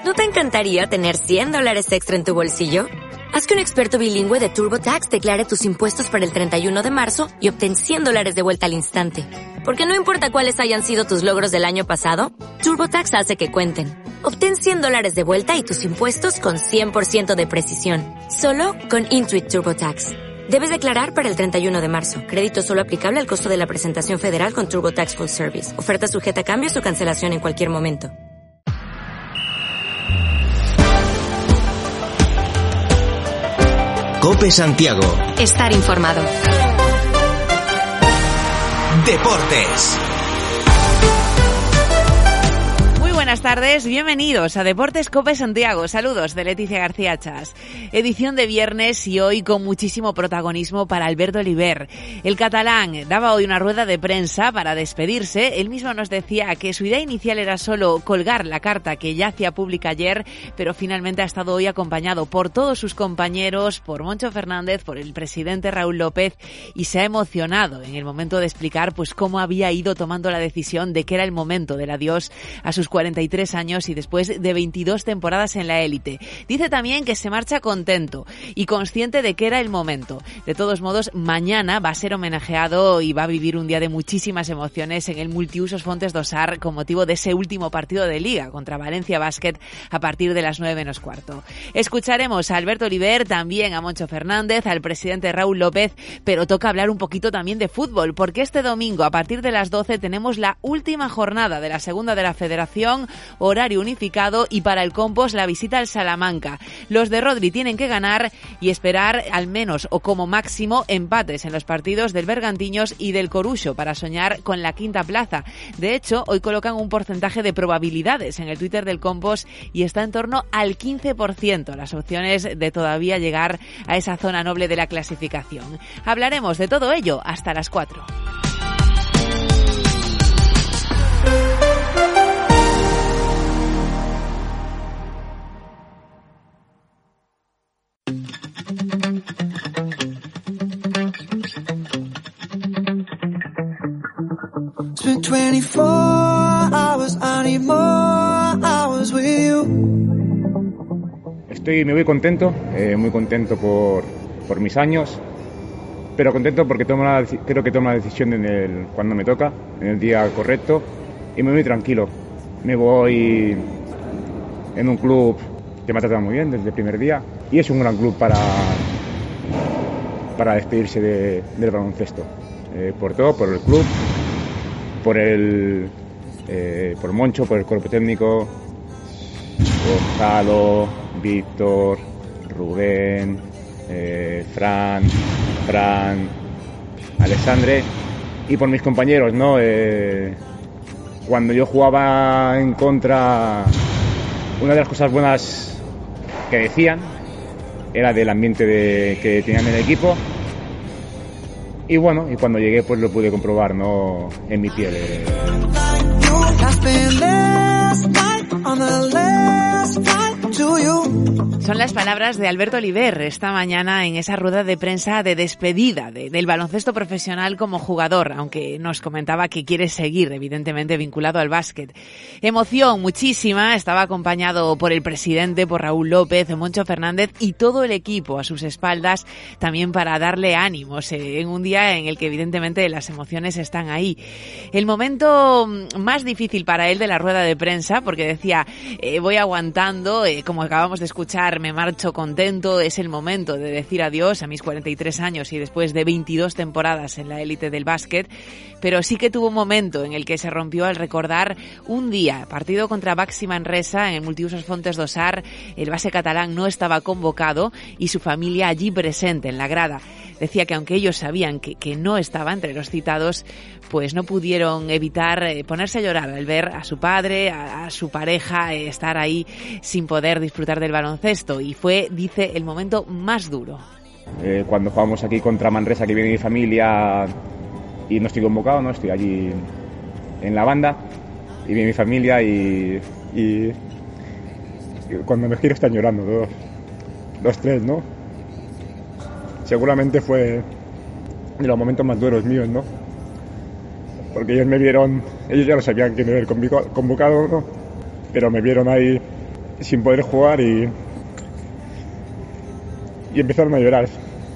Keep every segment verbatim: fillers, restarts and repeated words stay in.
¿No te encantaría tener cien dólares extra en tu bolsillo? Haz que un experto bilingüe de TurboTax declare tus impuestos para el treinta y uno de marzo y obtén cien dólares de vuelta al instante. Porque no importa cuáles hayan sido tus logros del año pasado, TurboTax hace que cuenten. Obtén cien dólares de vuelta y tus impuestos con cien por ciento de precisión. Solo con Intuit TurboTax. Debes declarar para el treinta y uno de marzo. Crédito solo aplicable al costo de la presentación federal con TurboTax Full Service. Oferta sujeta a cambios o cancelación en cualquier momento. COPE Santiago. Estar informado. Deportes. Buenas tardes, bienvenidos a Deportes COPE Santiago. Saludos de Leticia García Chas. Edición de viernes y hoy con muchísimo protagonismo para Albert Oliver. El catalán daba hoy una rueda de prensa para despedirse. Él mismo nos decía que su idea inicial era solo colgar la carta que ya hacía pública ayer, pero finalmente ha estado hoy acompañado por todos sus compañeros, por Moncho Fernández, por el presidente Raúl López, y se ha emocionado en el momento de explicar pues cómo había ido tomando la decisión de que era el momento del adiós a sus cuarenta y tres años y después de veintidós temporadas en la élite. Dice también que se marcha contento y consciente de que era el momento. De todos modos, mañana va a ser homenajeado y va a vivir un día de muchísimas emociones en el Multiusos Fontes d'Ossar con motivo de ese último partido de Liga contra Valencia Basket a partir de las nueve menos cuarto. Escucharemos a Albert Oliver, también a Moncho Fernández, al presidente Raúl López, pero toca hablar un poquito también de fútbol, porque este domingo a partir de las doce tenemos la última jornada de la segunda de la Federación, horario unificado, y para el Compos la visita al Salamanca. Los de Rodri tienen que ganar y esperar al menos o como máximo empates en los partidos del Bergantiños y del Coruxo para soñar con la quinta plaza. De hecho, hoy colocan un porcentaje de probabilidades en el Twitter del Compos y está en torno al quince por ciento las opciones de todavía llegar a esa zona noble de la clasificación. Hablaremos de todo ello hasta las cuatro. Estoy, me voy contento, eh, muy contento por, por mis años, pero contento porque tomo la, creo que tomo la decisión en el, cuando me toca, en el día correcto, y me voy tranquilo. Me voy en un club que me ha tratado muy bien desde el primer día y es un gran club para, para despedirse de, del baloncesto. Eh, por todo, por el club, por el eh, por Moncho, por el cuerpo técnico, Gonzalo, Víctor, Rubén, eh, Fran, Fran, Alexandre, y por mis compañeros, ¿no? Eh, cuando yo jugaba en contra, una de las cosas buenas que decían era del ambiente de, que tenían en el equipo. Y bueno, y cuando llegué pues lo pude comprobar, ¿no? En mi piel. Son las palabras de Albert Oliver esta mañana en esa rueda de prensa de despedida de, del baloncesto profesional como jugador, aunque nos comentaba que quiere seguir evidentemente vinculado al básquet. Emoción muchísima, estaba acompañado por el presidente, por Raúl López, Moncho Fernández y todo el equipo a sus espaldas, también para darle ánimos eh, en un día en el que evidentemente las emociones están ahí. El momento más difícil para él de la rueda de prensa, porque decía, eh, voy aguantando, eh, como acabamos de escuchar, me marcho contento, es el momento de decir adiós a mis cuarenta y tres años y después de veintidós temporadas en la élite del básquet, pero sí que tuvo un momento en el que se rompió al recordar un día, partido contra Baxi Manresa en el Multiusos Fontes d'Ossar. El base catalán no estaba convocado y su familia allí presente en la grada. Decía que aunque ellos sabían que, que no estaba entre los citados, pues no pudieron evitar eh, ponerse a llorar al ver a su padre, a, a su pareja, eh, estar ahí sin poder disfrutar del baloncesto. Y fue, dice, el momento más duro. Eh, cuando jugamos aquí contra Manresa, que viene mi familia y no estoy convocado, no estoy allí en la banda, y viene mi familia y, y, y cuando me giro están llorando todos, los tres, ¿no? Seguramente fue de los momentos más duros míos, ¿no? Porque ellos me vieron, ellos ya lo sabían que me habían convocado, ¿no? Pero me vieron ahí sin poder jugar y, y empezaron a llorar.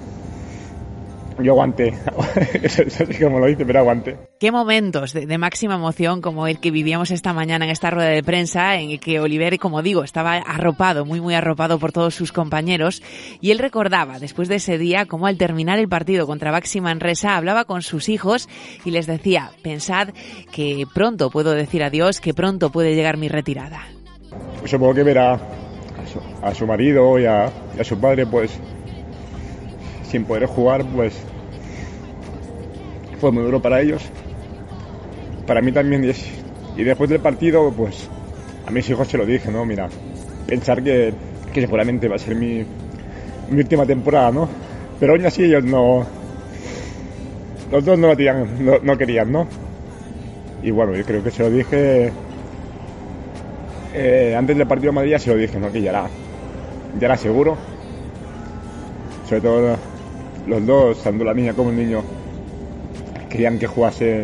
Yo aguanté, eso es como lo dice, pero aguanté. Qué momentos de, de máxima emoción como el que vivíamos esta mañana en esta rueda de prensa, en el que Oliver, como digo, estaba arropado, muy muy arropado por todos sus compañeros, y él recordaba después de ese día cómo al terminar el partido contra Baxi Manresa hablaba con sus hijos y les decía: pensad que pronto puedo decir adiós, que pronto puede llegar mi retirada. Supongo que ver a, a, su, a su marido y a, y a su padre pues sin poder jugar, pues fue muy duro para ellos, para mí también. Y después del partido, pues a mis hijos se lo dije, ¿no? Mira, pensar que, que seguramente va a ser mi, mi última temporada, ¿no? Pero aún así ellos no, los dos no lo querían, no, no querían, ¿no? Y bueno, yo creo que se lo dije eh, antes del partido de Madrid, ya se lo dije, ¿no? Que ya era, ya era seguro. Sobre todo los dos, tanto la niña como el niño, querían que jugase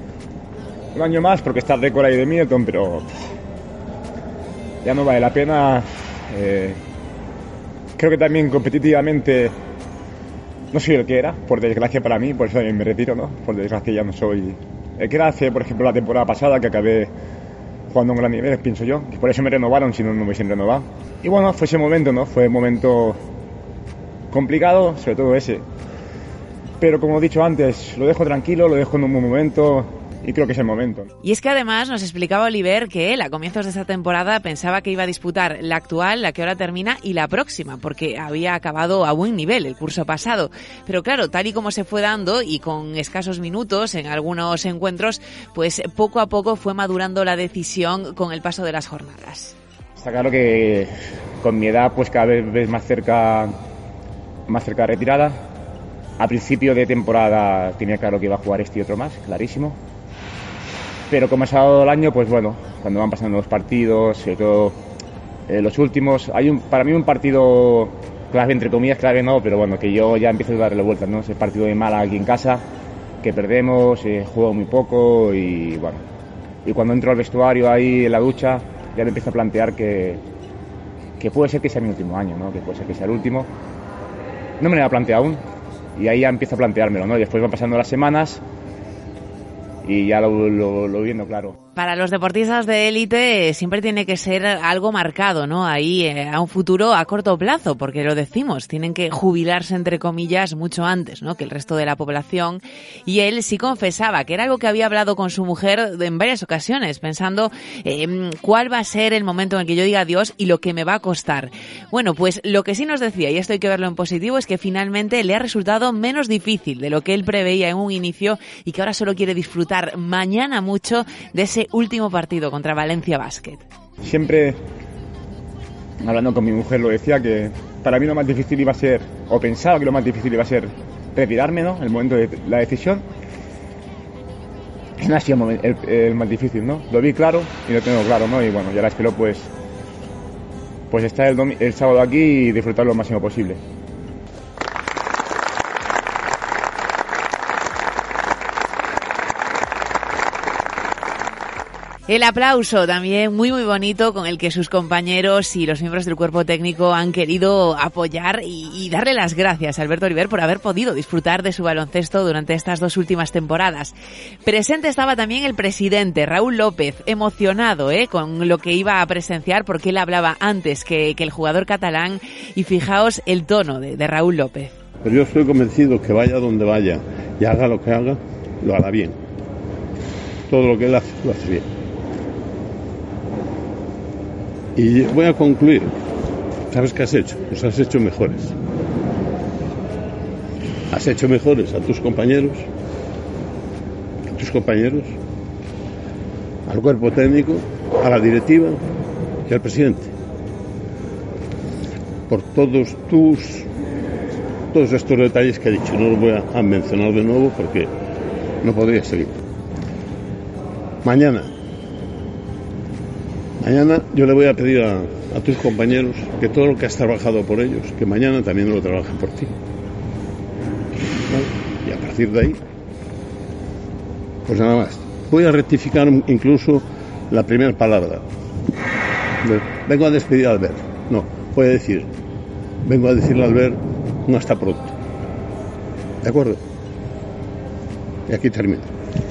un año más porque está el récord ahí de Middleton, pero ya no vale la pena. Eh, creo que también competitivamente no soy el que era, por desgracia para mí, por eso también me retiro, ¿no? Por desgracia ya no soy el que era hace, por ejemplo, la temporada pasada, que acabé jugando a un gran nivel, pienso yo, y por eso me renovaron, si no, no me hubiesen renovado. Y bueno, fue ese momento, ¿no? Fue un momento complicado, sobre todo ese. Pero como he dicho antes, lo dejo tranquilo, lo dejo en un buen momento y creo que es el momento. Y es que además nos explicaba Oliver que él a comienzos de esta temporada pensaba que iba a disputar la actual, la que ahora termina, y la próxima, porque había acabado a buen nivel el curso pasado. Pero claro, tal y como se fue dando y con escasos minutos en algunos encuentros, pues poco a poco fue madurando la decisión con el paso de las jornadas. Está claro que con mi edad pues cada vez ves más cerca, más cerca de retirada. A principio de temporada tenía claro que iba a jugar este y otro más, clarísimo. Pero como ha pasado el año, pues bueno, cuando van pasando los partidos, sobre todo eh, los últimos, hay un, para mí un partido clave, entre comillas, clave no, pero bueno, que yo ya empiezo a darle vueltas, ¿no? Es el partido de Málaga aquí en casa, que perdemos, eh, juego muy poco y bueno. Y cuando entro al vestuario ahí en la ducha, ya le empiezo a plantear que, que puede ser que sea mi último año, ¿no? Que puede ser que sea el último. No me lo he planteado aún. Y ahí ya empiezo a planteármelo, ¿no? Y después van pasando las semanas y ya lo, lo, lo viendo claro. Para los deportistas de élite siempre tiene que ser algo marcado, ¿no? Ahí eh, a un futuro a corto plazo, porque lo decimos, tienen que jubilarse entre comillas mucho antes, ¿no? Que el resto de la población. Y él sí confesaba que era algo que había hablado con su mujer en varias ocasiones, pensando eh, cuál va a ser el momento en el que yo diga adiós y lo que me va a costar. Bueno, pues lo que sí nos decía, y esto hay que verlo en positivo, es que finalmente le ha resultado menos difícil de lo que él preveía en un inicio y que ahora solo quiere disfrutar mañana mucho de ese último partido contra Valencia Basket. Siempre, hablando con mi mujer, lo decía que para mí lo más difícil iba a ser, o pensaba que lo más difícil iba a ser retirarme, ¿no? El momento de la decisión. No ha sido el, el, el más difícil, ¿no? Lo vi claro y lo tengo claro, ¿no? Y bueno, ya ahora espero pues, pues estar el, domi- el sábado aquí y disfrutar lo máximo posible. El aplauso también muy muy bonito con el que sus compañeros y los miembros del cuerpo técnico han querido apoyar y, y darle las gracias a Alberto Oliver por haber podido disfrutar de su baloncesto durante estas dos últimas temporadas. Presente estaba también el presidente Raúl López, emocionado ¿eh? con lo que iba a presenciar porque él hablaba antes que, que el jugador catalán, y fijaos el tono de, de Raúl López. Pero yo estoy convencido que vaya donde vaya y haga lo que haga, lo hará bien. Todo lo que él hace, lo hace bien. Y voy a concluir. ¿Sabes qué has hecho? Pues has hecho mejores. Has hecho mejores a tus compañeros, a tus compañeros, al cuerpo técnico, a la directiva y al presidente. Por todos tus, todos estos detalles que he dicho. No los voy a mencionar de nuevo porque no podría seguir. Mañana. Mañana yo le voy a pedir a, a tus compañeros que todo lo que has trabajado por ellos, que mañana también lo trabajen por ti. ¿Vale? Y a partir de ahí, pues nada más. Voy a rectificar incluso la primera palabra. vengo a despedir a Albert. No, puede decir, vengo a decirle a Albert, no hasta pronto. ¿De acuerdo? Y aquí termino.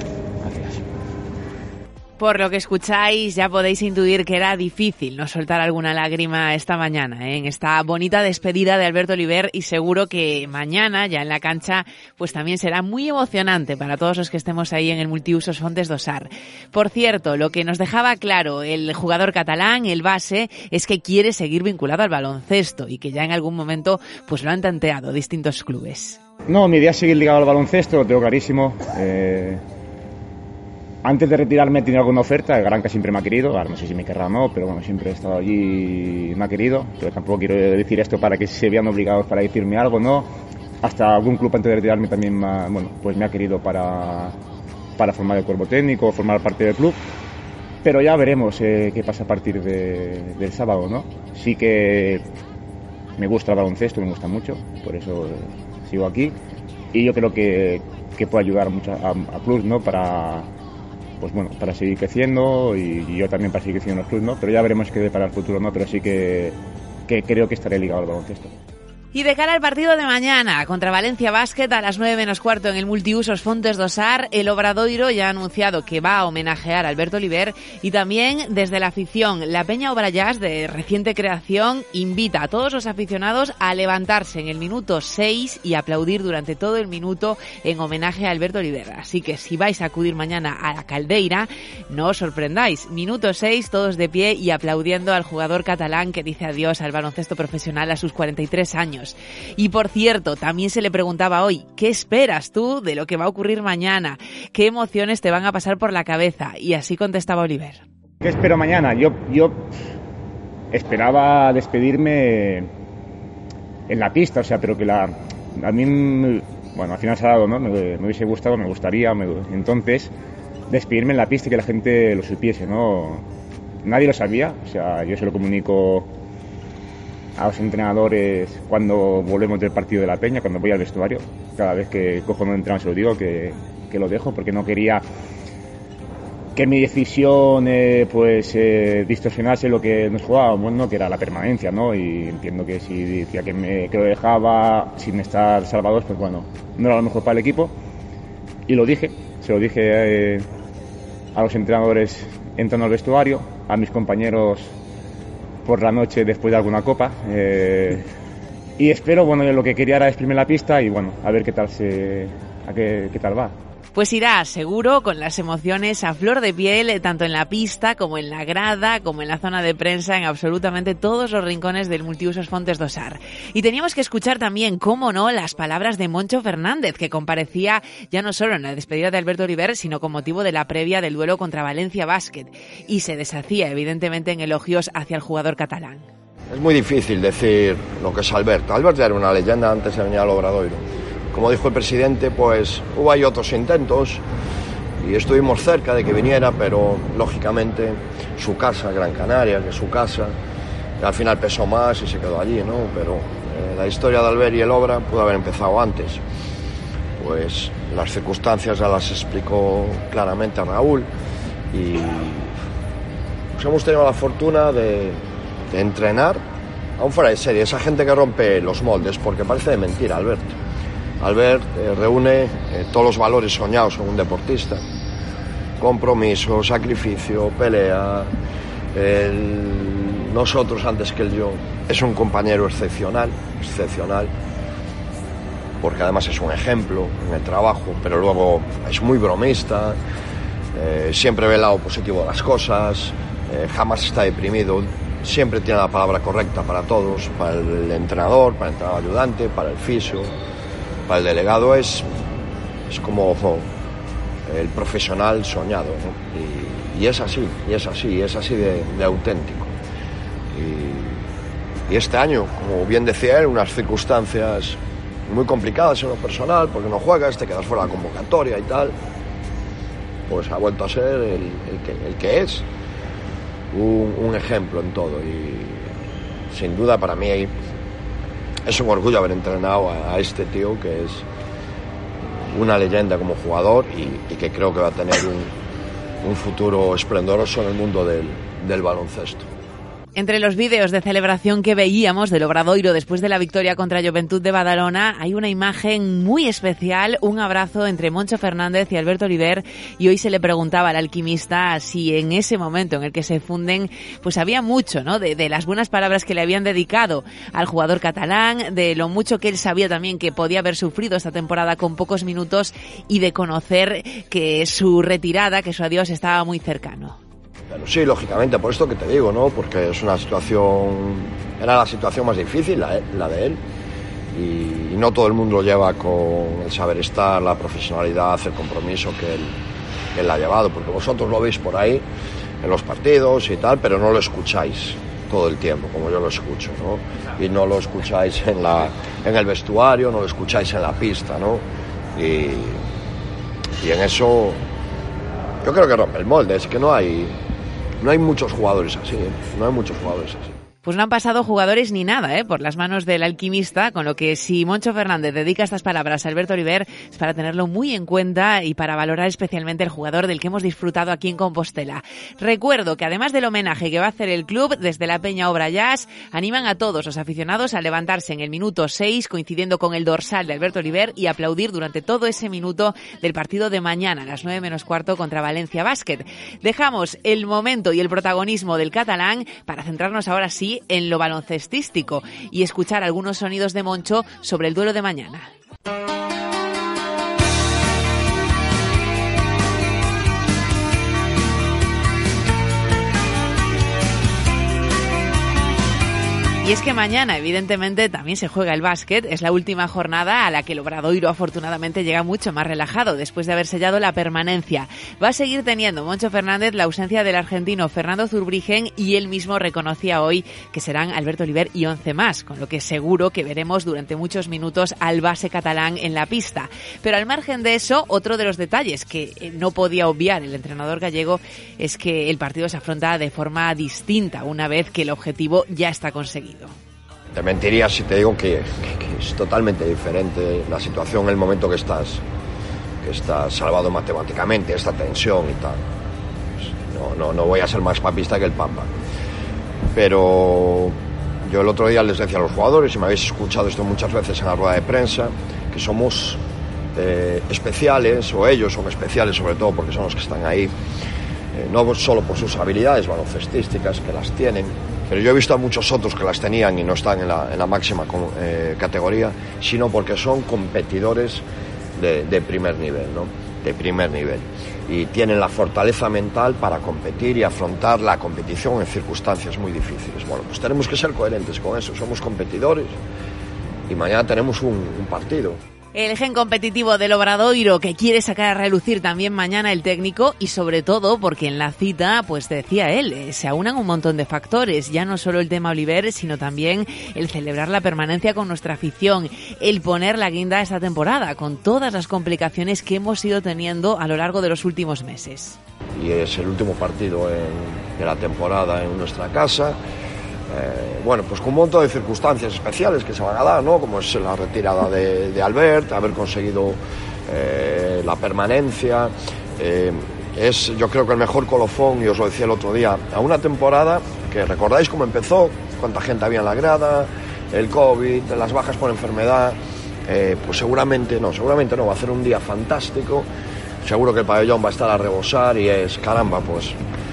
Por lo que escucháis, ya podéis intuir que era difícil no soltar alguna lágrima esta mañana, ¿eh? En esta bonita despedida de Albert Oliver, y seguro que mañana, ya en la cancha, pues también será muy emocionante para todos los que estemos ahí en el Multiusos Fontes d'Ossar. Por cierto, lo que nos dejaba claro el jugador catalán, el base, es que quiere seguir vinculado al baloncesto y que ya en algún momento pues lo han tanteado distintos clubes. No, mi idea es seguir ligado al baloncesto, lo tengo clarísimo. Eh... Antes de retirarme he tenido alguna oferta, el Granca siempre me ha querido, ahora no sé si me querrá o no, pero bueno, siempre he estado allí y me ha querido, pero tampoco quiero decir esto para que se vean obligados para decirme algo, ¿no? Hasta algún club antes de retirarme también me ha, bueno, pues me ha querido para, para formar el cuerpo técnico, formar parte del club, pero ya veremos eh, qué pasa a partir de, del sábado, ¿no? Sí que me gusta el baloncesto, me gusta mucho, por eso sigo aquí, y yo creo que, que puede ayudar mucho a, a clubs, ¿no? Para... pues bueno, para seguir creciendo y, y yo también para seguir creciendo en los clubes, ¿no? Pero ya veremos qué para el futuro, ¿no? Pero sí que, que creo que estaré ligado al baloncesto. Y de cara al partido de mañana contra Valencia Basket a las nueve menos cuarto en el Multiusos Fontes d'Ossar, el Obradoiro ya ha anunciado que va a homenajear a Albert Oliver, y también desde la afición, la Peña Obrallás, de reciente creación, invita a todos los aficionados a levantarse en el minuto seis y aplaudir durante todo el minuto en homenaje a Albert Oliver. Así que si vais a acudir mañana a la Caldeira, no os sorprendáis. Minuto seis, todos de pie y aplaudiendo al jugador catalán que dice adiós al baloncesto profesional a sus cuarenta y tres años. Y por cierto, también se le preguntaba hoy, ¿qué esperas tú de lo que va a ocurrir mañana? ¿Qué emociones te van a pasar por la cabeza? Y así contestaba Oliver. ¿Qué espero mañana? Yo, yo esperaba despedirme en la pista, o sea, pero que la... A mí, bueno, al final se ha dado, ¿no? Me, me hubiese gustado, me gustaría, me, entonces, despedirme en la pista y que la gente lo supiese, ¿no? Nadie lo sabía, o sea, yo se lo comunico a los entrenadores cuando volvemos del partido de la Peña, cuando voy al vestuario. Cada vez que cojo un entrenador se lo digo que, que lo dejo, porque no quería que mi decisión eh, pues eh, distorsionase lo que nos jugábamos, ¿no? Que era la permanencia, ¿no? Y entiendo que si decía que, me, que lo dejaba sin estar salvados, pues bueno, no era lo mejor para el equipo. Y lo dije, se lo dije eh, a los entrenadores entrando al vestuario, a mis compañeros por la noche después de alguna copa, eh, y espero, bueno, lo que quería era exprimirme la pista y bueno, a ver qué tal se, a qué, qué tal va. Pues irá seguro con las emociones a flor de piel, tanto en la pista como en la grada, como en la zona de prensa, en absolutamente todos los rincones del Multiusos Fontes d'Ossar. Y teníamos que escuchar también, cómo no, las palabras de Moncho Fernández, que comparecía ya no solo en la despedida de Albert Oliver, sino con motivo de la previa del duelo contra Valencia Basket, y se deshacía evidentemente en elogios hacia el jugador catalán. Es muy difícil decir lo que es Albert. Albert ya era una leyenda antes de venir al Obradoiro. Como dijo el presidente, pues hubo ahí otros intentos y estuvimos cerca de que viniera, pero lógicamente su casa, Gran Canaria, que es su casa, al final pesó más y se quedó allí, ¿no? Pero eh, la historia de Albert y el Obra pudo haber empezado antes. Pues las circunstancias ya las explicó claramente a Raúl y pues hemos tenido la fortuna de, de entrenar aún fuera de serie, esa gente que rompe los moldes, porque parece de mentira, Albert. Albert eh, reúne eh, todos los valores soñados en un deportista: compromiso, sacrificio, pelea, el nosotros antes que el yo. Es un compañero excepcional, excepcional, porque además es un ejemplo en el trabajo, pero luego es muy bromista, eh, siempre ve el lado positivo de las cosas, eh, jamás está deprimido, siempre tiene la palabra correcta para todos, para el entrenador, para el entrenador ayudante, para el fisio. Para el delegado es, es como ojo, el profesional soñado, ¿no? Y, y es así, y es así, y es así de, de auténtico. Y, y este año, como bien decía él, unas circunstancias muy complicadas en lo personal, porque no juegas, te quedas fuera de la convocatoria y tal, pues ha vuelto a ser el, el, que, el que es, un, un ejemplo en todo. Y sin duda para mí hay... Es un orgullo haber entrenado a, a este tío que es una leyenda como jugador y, y que creo que va a tener un, un futuro esplendoroso en el mundo del, del baloncesto. Entre los vídeos de celebración que veíamos del Obradoiro después de la victoria contra Joventut de Badalona hay una imagen muy especial, un abrazo entre Moncho Fernández y Alberto Oliver, y hoy se le preguntaba al alquimista si en ese momento en el que se funden pues había mucho, ¿no?, de, de las buenas palabras que le habían dedicado al jugador catalán, de lo mucho que él sabía también que podía haber sufrido esta temporada con pocos minutos y de conocer que su retirada, que su adiós estaba muy cercano. Pero sí, lógicamente, por esto que te digo, ¿no? Porque es una situación, era la situación más difícil, la, la de él, y, y no todo el mundo lo lleva con el saber estar, la profesionalidad, el compromiso que él, que él ha llevado, porque vosotros lo veis por ahí, en los partidos y tal, pero no lo escucháis todo el tiempo, como yo lo escucho, ¿no? Y no lo escucháis en, la, en el vestuario, no lo escucháis en la pista, ¿no? Y, y en eso yo creo que rompe el molde, es que no hay... No hay muchos jugadores así, ¿eh? No hay muchos jugadores así. Pues no han pasado jugadores ni nada, ¿eh?, por las manos del alquimista, con lo que si Moncho Fernández dedica estas palabras a Alberto Oliver es para tenerlo muy en cuenta y para valorar especialmente el jugador del que hemos disfrutado aquí en Compostela. Recuerdo que además del homenaje que va a hacer el club, desde la Peña Obra Jazz, animan a todos los aficionados a levantarse en el minuto seis, coincidiendo con el dorsal de Alberto Oliver, y aplaudir durante todo ese minuto del partido de mañana a las nueve menos cuarto contra Valencia Basket. Dejamos el momento y el protagonismo del catalán para centrarnos ahora sí en lo baloncestístico y escuchar algunos sonidos de Moncho sobre el duelo de mañana. Y es que mañana, evidentemente, también se juega el básquet. Es la última jornada a la que el Obradoiro afortunadamente llega mucho más relajado después de haber sellado la permanencia. Va a seguir teniendo Moncho Fernández la ausencia del argentino Fernando Zurbrigen, y él mismo reconocía hoy que serán Alberto Oliver y once más, con lo que seguro que veremos durante muchos minutos al base catalán en la pista. Pero al margen de eso, otro de los detalles que no podía obviar el entrenador gallego es que el partido se afronta de forma distinta una vez que el objetivo ya está conseguido. Te mentiría si te digo que, que, que es totalmente diferente la situación en el momento que estás, que estás salvado matemáticamente, esta tensión y tal. Pues no, no, no voy a ser más papista que el Papa. Pero yo el otro día les decía a los jugadores, y me habéis escuchado esto muchas veces en la rueda de prensa, que somos eh, especiales, o ellos son especiales sobre todo porque son los que están ahí, eh, no solo por sus habilidades baloncestísticas, que las tienen, pero yo he visto a muchos otros que las tenían y no están en la, en la máxima eh, categoría, sino porque son competidores de, de primer nivel, ¿no? De primer nivel. Y tienen la fortaleza mental para competir y afrontar la competición en circunstancias muy difíciles. Bueno, pues tenemos que ser coherentes con eso, somos competidores y mañana tenemos un, un partido. El gen competitivo del Obradoiro que quiere sacar a relucir también mañana el técnico, y sobre todo porque en la cita, pues decía él, se aunan un montón de factores, ya no solo el tema Oliver, sino también el celebrar la permanencia con nuestra afición, el poner la guinda a esta temporada, con todas las complicaciones que hemos ido teniendo a lo largo de los últimos meses. Y es el último partido en, de la temporada en nuestra casa. Eh, bueno, pues con un montón de circunstancias especiales que se van a dar, ¿no? Como es la retirada de, de Albert, haber conseguido eh, la permanencia. Eh, es, yo creo que el mejor colofón, y os lo decía el otro día, a una temporada que recordáis cómo empezó, cuánta gente había en la grada, el COVID, las bajas por enfermedad. Eh, pues seguramente no, seguramente no, va a ser un día fantástico. Seguro que el pabellón va a estar a rebosar y es, caramba, pues...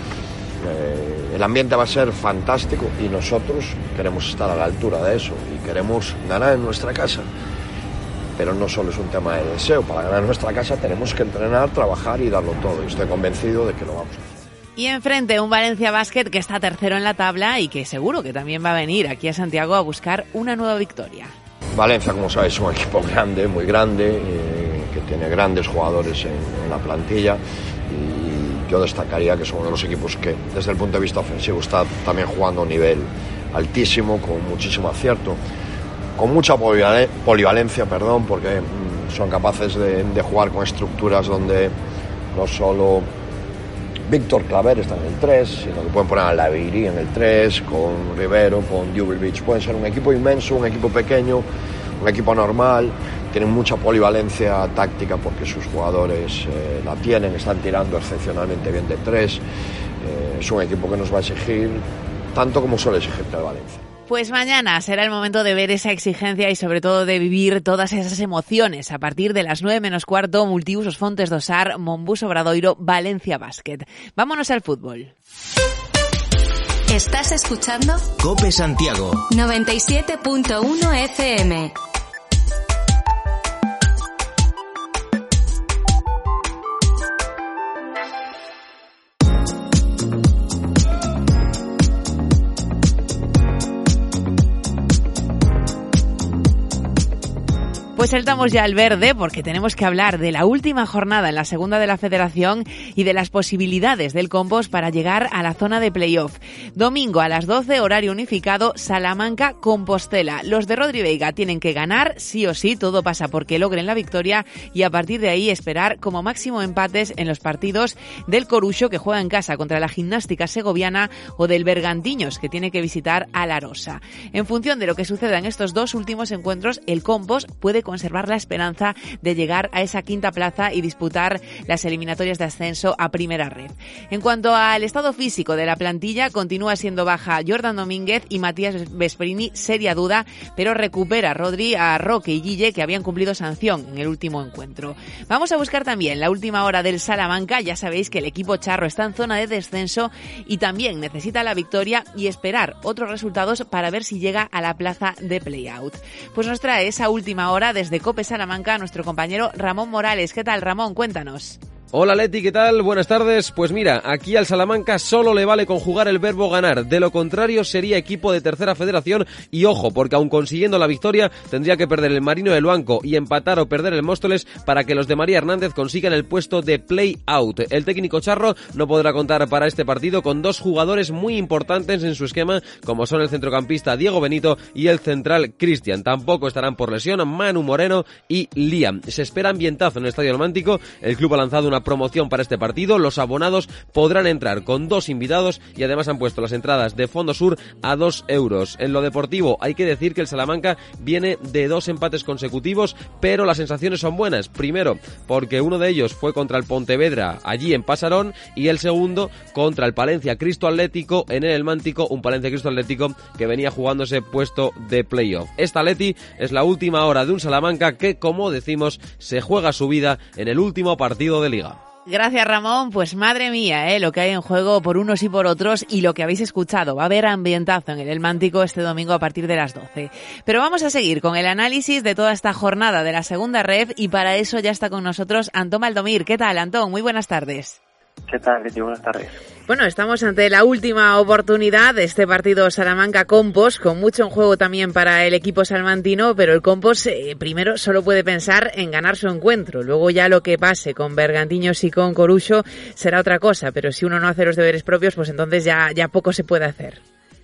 Eh, el ambiente va a ser fantástico y nosotros queremos estar a la altura de eso y queremos ganar en nuestra casa. Pero no solo es un tema de deseo, para ganar en nuestra casa tenemos que entrenar, trabajar y darlo todo. Y estoy convencido de que lo vamos a hacer. Y enfrente un Valencia Basket que está tercero en la tabla y que seguro que también va a venir aquí a Santiago a buscar una nueva victoria. Valencia, como sabéis, es un equipo grande, muy grande, eh, que tiene grandes jugadores en, en la plantilla. Y yo destacaría que son uno de los equipos que desde el punto de vista ofensivo está también jugando a un nivel altísimo, con muchísimo acierto, con mucha polivalencia, perdón, porque mm, son capaces de, de jugar con estructuras donde no solo Víctor Claver está en el tres, sino que pueden poner a Lavirí en el tres, con Rivero, con Djubelvic. Pueden ser un equipo inmenso, un equipo pequeño, un equipo normal. Tienen mucha polivalencia táctica porque sus jugadores eh, la tienen, están tirando excepcionalmente bien de tres. Eh, es un equipo que nos va a exigir tanto como suele exigirte el Valencia. Pues mañana será el momento de ver esa exigencia y sobre todo de vivir todas esas emociones a partir de las nueve menos cuarto, Multiusos Fontes do Sar, Monbus Obradoiro, Valencia Basket. Vámonos al fútbol. ¿Estás escuchando? COPE Santiago noventa y siete punto uno F M. Pues saltamos ya al verde porque tenemos que hablar de la última jornada en la segunda de la Federación y de las posibilidades del Compos para llegar a la zona de playoff. Domingo a las doce, horario unificado, Salamanca-Compostela. Los de Rodri Veiga tienen que ganar, sí o sí, todo pasa porque logren la victoria y a partir de ahí esperar como máximo empates en los partidos del Coruxo, que juega en casa contra la Gimnástica Segoviana, o del Bergantiños, que tiene que visitar a La Rosa. En función de lo que suceda en estos dos últimos encuentros, el Compos puede conservar la esperanza de llegar a esa quinta plaza y disputar las eliminatorias de ascenso a primera red. En cuanto al estado físico de la plantilla, continúa siendo baja Jordan Domínguez y Matías Vesperini, seria duda, pero recupera Rodri a Roque y Guille, que habían cumplido sanción en el último encuentro. Vamos a buscar también la última hora del Salamanca. Ya sabéis que el equipo charro está en zona de descenso y también necesita la victoria y esperar otros resultados para ver si llega a la plaza de play-out. Pues nos trae esa última hora desde COPE Salamanca nuestro compañero Ramón Morales. ¿Qué tal, Ramón? Cuéntanos. Hola Leti, ¿qué tal? Buenas tardes. Pues mira, aquí al Salamanca solo le vale conjugar el verbo ganar. De lo contrario sería equipo de tercera federación y ojo, porque aun consiguiendo la victoria tendría que perder el Marino del Banco y empatar o perder el Móstoles para que los de María Hernández consigan el puesto de play-out. El técnico charro no podrá contar para este partido con dos jugadores muy importantes en su esquema, como son el centrocampista Diego Benito y el central Cristian. Tampoco estarán por lesión Manu Moreno y Liam. Se espera ambientazo en el Estadio Almántico. El club ha lanzado una promoción para este partido. Los abonados podrán entrar con dos invitados y además han puesto las entradas de Fondo Sur a dos euros. En lo deportivo hay que decir que el Salamanca viene de dos empates consecutivos, pero las sensaciones son buenas. Primero, porque uno de ellos fue contra el Pontevedra allí en Pasarón y el segundo contra el Palencia Cristo Atlético en el Almántico, un Palencia Cristo Atlético que venía jugándose puesto de playoff. Esta Leti es la última hora de un Salamanca que, como decimos, se juega su vida en el último partido de Liga. Gracias, Ramón. Pues madre mía, ¿eh? Lo que hay en juego por unos y por otros y lo que habéis escuchado. Va a haber ambientazo en el Almántico este domingo a partir de las doce. Pero vamos a seguir con el análisis de toda esta jornada de la segunda ref y para eso ya está con nosotros Antón Valdomir. ¿Qué tal, Antón? Muy buenas tardes. ¿Qué tal, Leti? Buenas tardes. Bueno, estamos ante la última oportunidad de este partido Salamanca-Compos, con mucho en juego también para el equipo salmantino, pero el Compos eh, primero solo puede pensar en ganar su encuentro. Luego ya lo que pase con Bergantiños y con Coruxo será otra cosa, pero si uno no hace los deberes propios, pues entonces ya, ya poco se puede hacer.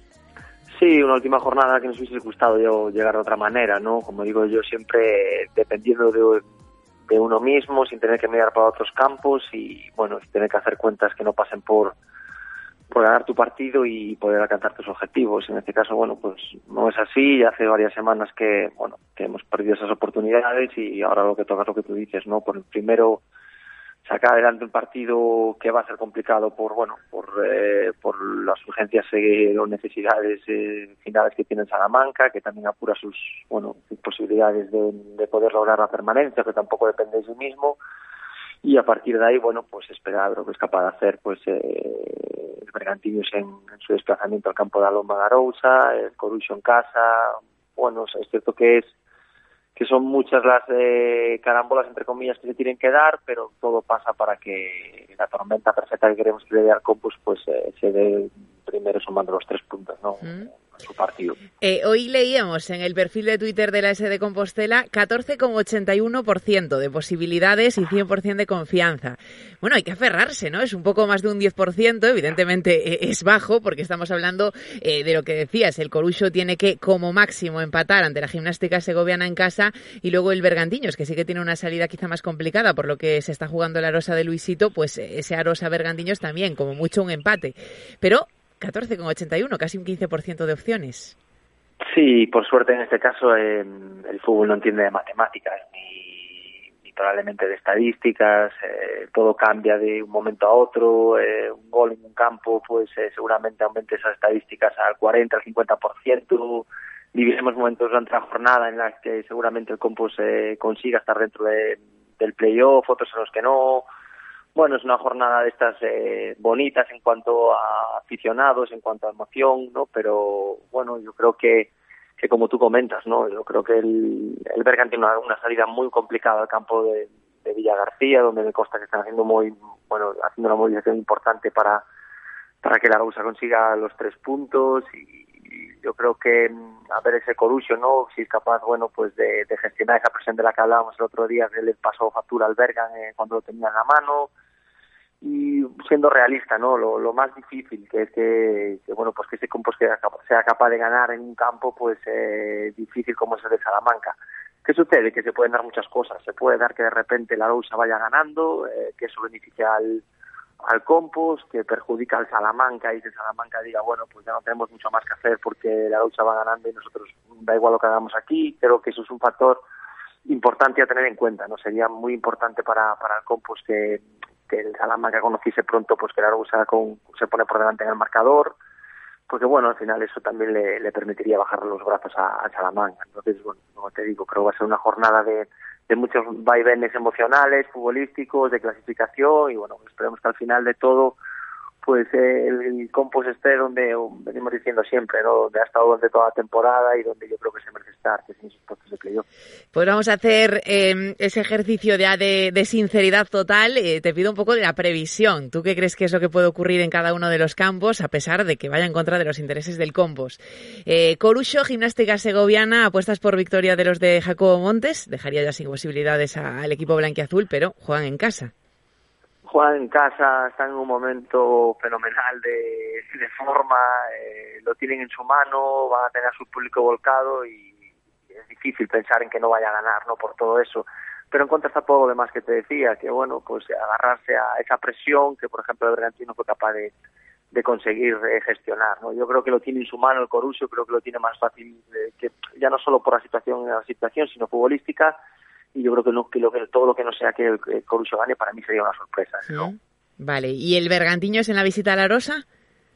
Sí, una última jornada que nos hubiese gustado yo llegar de otra manera, ¿no? Como digo yo, siempre dependiendo de... de uno mismo, sin tener que mirar para otros campos y, bueno, tener que hacer cuentas que no pasen por por ganar tu partido y poder alcanzar tus objetivos. En este caso, bueno, pues no es así. Hace varias semanas que, bueno, que hemos perdido esas oportunidades y ahora lo que toca es lo que tú dices, ¿no? Por el primero sacar adelante un partido que va a ser complicado por, bueno, por eh, por las urgencias eh, o necesidades eh, finales que tiene Salamanca, que también apura sus, bueno, sus posibilidades de, de poder lograr la permanencia, que tampoco depende de sí mismo. Y a partir de ahí, bueno, pues esperar lo que es capaz de hacer, pues eh, el Bergantiños en, en su desplazamiento al campo de Alomba de Arousa, el Coruxo en casa. Bueno, es cierto que es que son muchas las eh, carambolas, entre comillas, que se tienen que dar, pero todo pasa para que la tormenta perfecta que queremos que le dé al Compos pues eh, se dé primero sumando los tres puntos, ¿no? Mm. Su partido. Eh, hoy leíamos en el perfil de Twitter de la S de Compostela catorce coma ochenta y uno por ciento de posibilidades y cien por ciento de confianza. Bueno, hay que aferrarse, ¿no? Es un poco más de un diez por ciento, evidentemente eh, es bajo porque estamos hablando eh, de lo que decías, el Coruxo tiene que como máximo empatar ante la Gimnástica Segoviana en casa y luego el Bergantiños, que sí que tiene una salida quizá más complicada por lo que se está jugando la Arosa de Luisito, pues ese Arosa Bergantiños también, como mucho un empate. Pero catorce coma ochenta y uno, casi un quince por ciento de opciones. Sí, por suerte en este caso eh, el fútbol no entiende de matemáticas ni, ni probablemente de estadísticas, eh, todo cambia de un momento a otro, eh, un gol en un campo pues eh, seguramente aumente esas estadísticas al cuarenta, al cincuenta por ciento, viviremos momentos durante la jornada en las que seguramente el Compos eh, consiga estar dentro de, del playoff, otros en los que no. Bueno, es una jornada de estas eh, bonitas en cuanto a aficionados, en cuanto a emoción, ¿no? Pero bueno, yo creo que, que como tú comentas, ¿no? Yo creo que el, el Bergan tiene una, una salida muy complicada al campo de, de Villa García, donde me consta que están haciendo muy, bueno, haciendo una movilización importante para, para que la Arousa consiga los tres puntos y, y yo creo que a ver ese Coruxo, ¿no? Si es capaz, bueno, pues de, de gestionar esa presión de la que hablábamos el otro día, que le pasó factura al Bergan eh, cuando lo tenía en la mano. Y siendo realista, ¿no? Lo, lo más difícil que es que, que bueno, pues que ese Compos sea, sea capaz de ganar en un campo, pues eh, difícil como es el de Salamanca. ¿Qué sucede? Que se pueden dar muchas cosas. Se puede dar que de repente la Arousa vaya ganando, eh, que eso beneficia al, al Compos, que perjudica al Salamanca y que Salamanca diga, bueno, pues ya no tenemos mucho más que hacer porque la Arousa va ganando y nosotros da igual lo que hagamos aquí. Creo que eso es un factor importante a tener en cuenta, ¿no? Sería muy importante para, para el Compos que que el Salamanca conociese pronto pues que la Arousa con, se pone por delante en el marcador, porque bueno, al final eso también le, le permitiría bajar los brazos a, a Salamanca. Entonces, bueno, como te digo, creo que va a ser una jornada de, de muchos vaivenes emocionales, futbolísticos, de clasificación, y bueno, esperemos que al final de todo pues eh, el, el Compos esté donde venimos diciendo siempre, ¿no? Donde ha estado durante toda la temporada y donde yo creo que se merece estar, que es en esos puestos de playoff. Pues vamos a hacer eh, ese ejercicio de, de, de sinceridad total. Eh, te pido un poco de la previsión. ¿Tú qué crees que es lo que puede ocurrir en cada uno de los campos, a pesar de que vaya en contra de los intereses del Compos? Eh, Coruxo, Gimnástica Segoviana, apuestas por victoria de los de Jacobo Montes. Dejaría ya sin posibilidades a, al equipo blanquiazul, pero juegan en casa. Juegan en casa, están en un momento fenomenal de, de forma, eh, lo tienen en su mano, van a tener a su público volcado y es difícil pensar en que no vaya a ganar, ¿no? Por todo eso. Pero en contra está todo lo demás que te decía, que bueno, pues agarrarse a esa presión que, por ejemplo, el Bergantín no fue capaz de, de conseguir eh, gestionar, ¿no? Yo creo que lo tiene en su mano el Coruxo, creo que lo tiene más fácil, eh, que ya no solo por la situación, la situación, sino futbolística. Y yo creo que, no, que, lo, que todo lo que no sea que el, el Coruxo gane para mí sería una sorpresa, ¿no? Sí. Vale, ¿y el Bergantiños en la visita a la Arosa?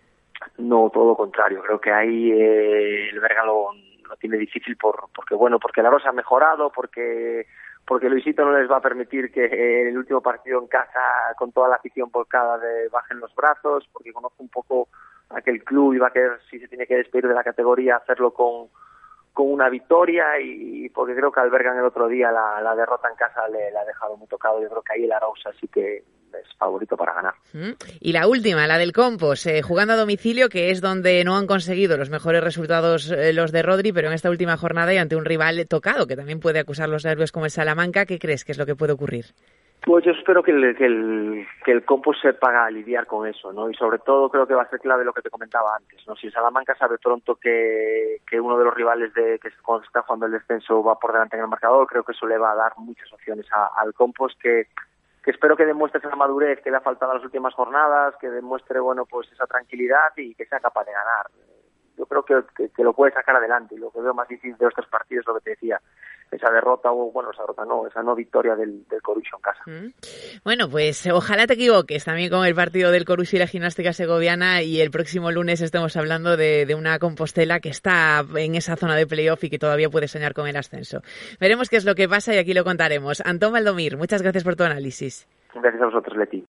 No, todo lo contrario. Creo que ahí eh, el Bergan lo, lo tiene difícil por porque bueno, porque la Arosa ha mejorado, porque porque Luisito no les va a permitir que eh, el último partido en casa con toda la afición volcada de bajen los brazos, porque conozco un poco aquel club y va a querer, si se tiene que despedir de la categoría, hacerlo con con una victoria, y porque creo que al Bergan el otro día la, la derrota en casa le, le ha dejado muy tocado. Yo creo que ahí el Arousa sí que es favorito para ganar. Y la última, la del Compos, eh, jugando a domicilio, que es donde no han conseguido los mejores resultados eh, los de Rodri, pero en esta última jornada y ante un rival tocado que también puede acusar los nervios como el Salamanca. ¿Qué crees que es lo que puede ocurrir? Pues yo espero que el, que el, que el Compos sepa lidiar con eso, ¿no? Y sobre todo creo que va a ser clave lo que te comentaba antes, ¿no? Si el Salamanca sabe pronto que, que uno de los rivales de que cuando está jugando el descenso va por delante en el marcador, creo que eso le va a dar muchas opciones a, al Compos, que, que espero que demuestre esa madurez que le ha faltado en las últimas jornadas, que demuestre, bueno, pues esa tranquilidad y que sea capaz de ganar. Yo creo que, que, que lo puede sacar adelante, y lo que veo más difícil de estos partidos es lo que te decía, esa derrota, o bueno, esa derrota no, esa no victoria del, del Coruxo en casa. Mm. Bueno, pues ojalá te equivoques también con el partido del Coruxo y la Gimnástica Segoviana, y el próximo lunes estemos hablando de, de una Compostela que está en esa zona de playoff y que todavía puede soñar con el ascenso. Veremos qué es lo que pasa y aquí lo contaremos. Antón Valdomir, muchas gracias por tu análisis. Gracias a vosotros, Leti.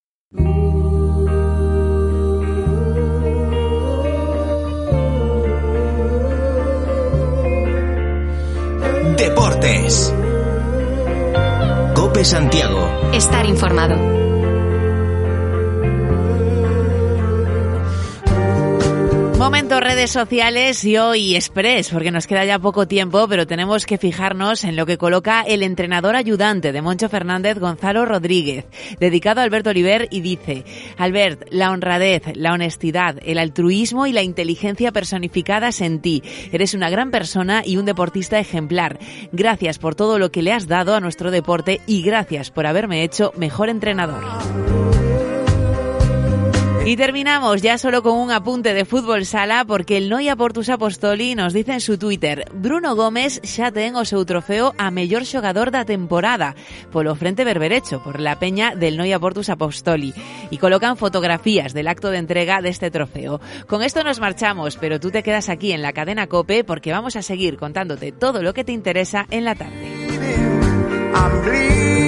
Deportes. COPE Santiago. Estar informado. Momento redes sociales y hoy Express, porque nos queda ya poco tiempo, pero tenemos que fijarnos en lo que coloca el entrenador ayudante de Moncho Fernández, Gonzalo Rodríguez, dedicado a Alberto Oliver, y dice: Albert, la honradez, la honestidad, el altruismo y la inteligencia personificadas en ti. Eres una gran persona y un deportista ejemplar. Gracias por todo lo que le has dado a nuestro deporte y gracias por haberme hecho mejor entrenador. Y terminamos ya solo con un apunte de fútbol sala, porque el Noia Portus Apostoli nos dice en su Twitter: Bruno Gómez xa ten o seu trofeo a mellor xogador da temporada polo Frente Berberecho, por la peña del Noia Portus Apostoli, y colocan fotografías del acto de entrega de este trofeo. Con esto nos marchamos, pero tú te quedas aquí en la cadena COPE, porque vamos a seguir contándote todo lo que te interesa en la tarde.